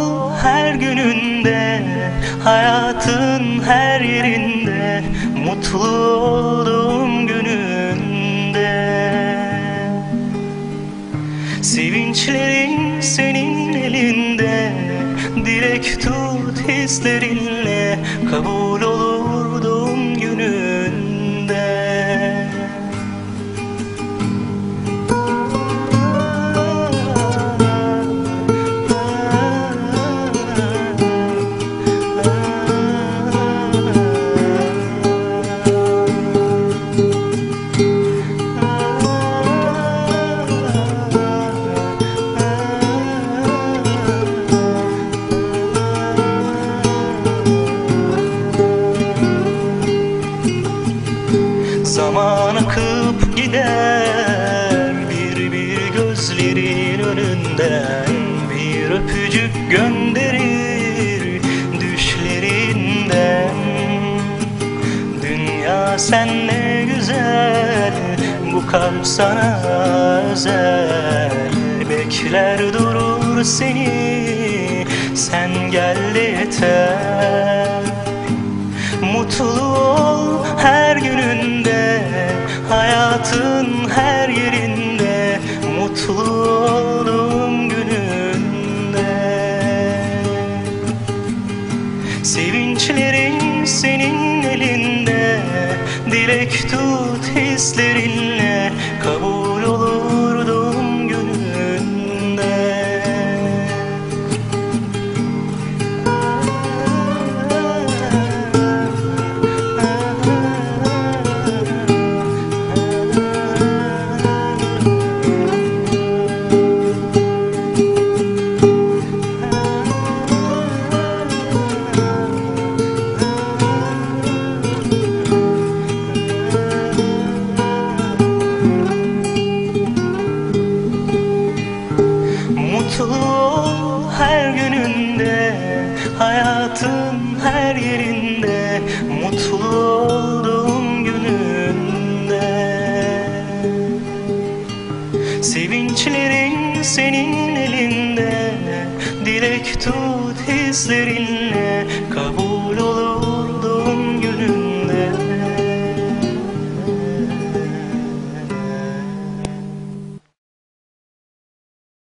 ol her gününde, hayatın her yerinde, mutlu olduğum gününde. Sevinçlerin senin elinde, dilek tut hislerinle, kabul olur doğum gününde. Zaman akıp gider, bir bir gözlerin önünden bir öpücük gönderir düşlerinden. Dünya sen ne güzel, bu kalp sana özel, bekler durur seni, sen gel de yeter. Mutlu ol her gününde, hayatın her yerinde, mutlu olduğum gününde. Sevinçlerin senin elinde, dilek tut hislerinle, kabul olur doğum gününde. Mutlu ol her gününde, hayatın her yerinde, mutlu olduğum gününde. Sevinçlerin senin elinde, dilek tut hislerinle, kabul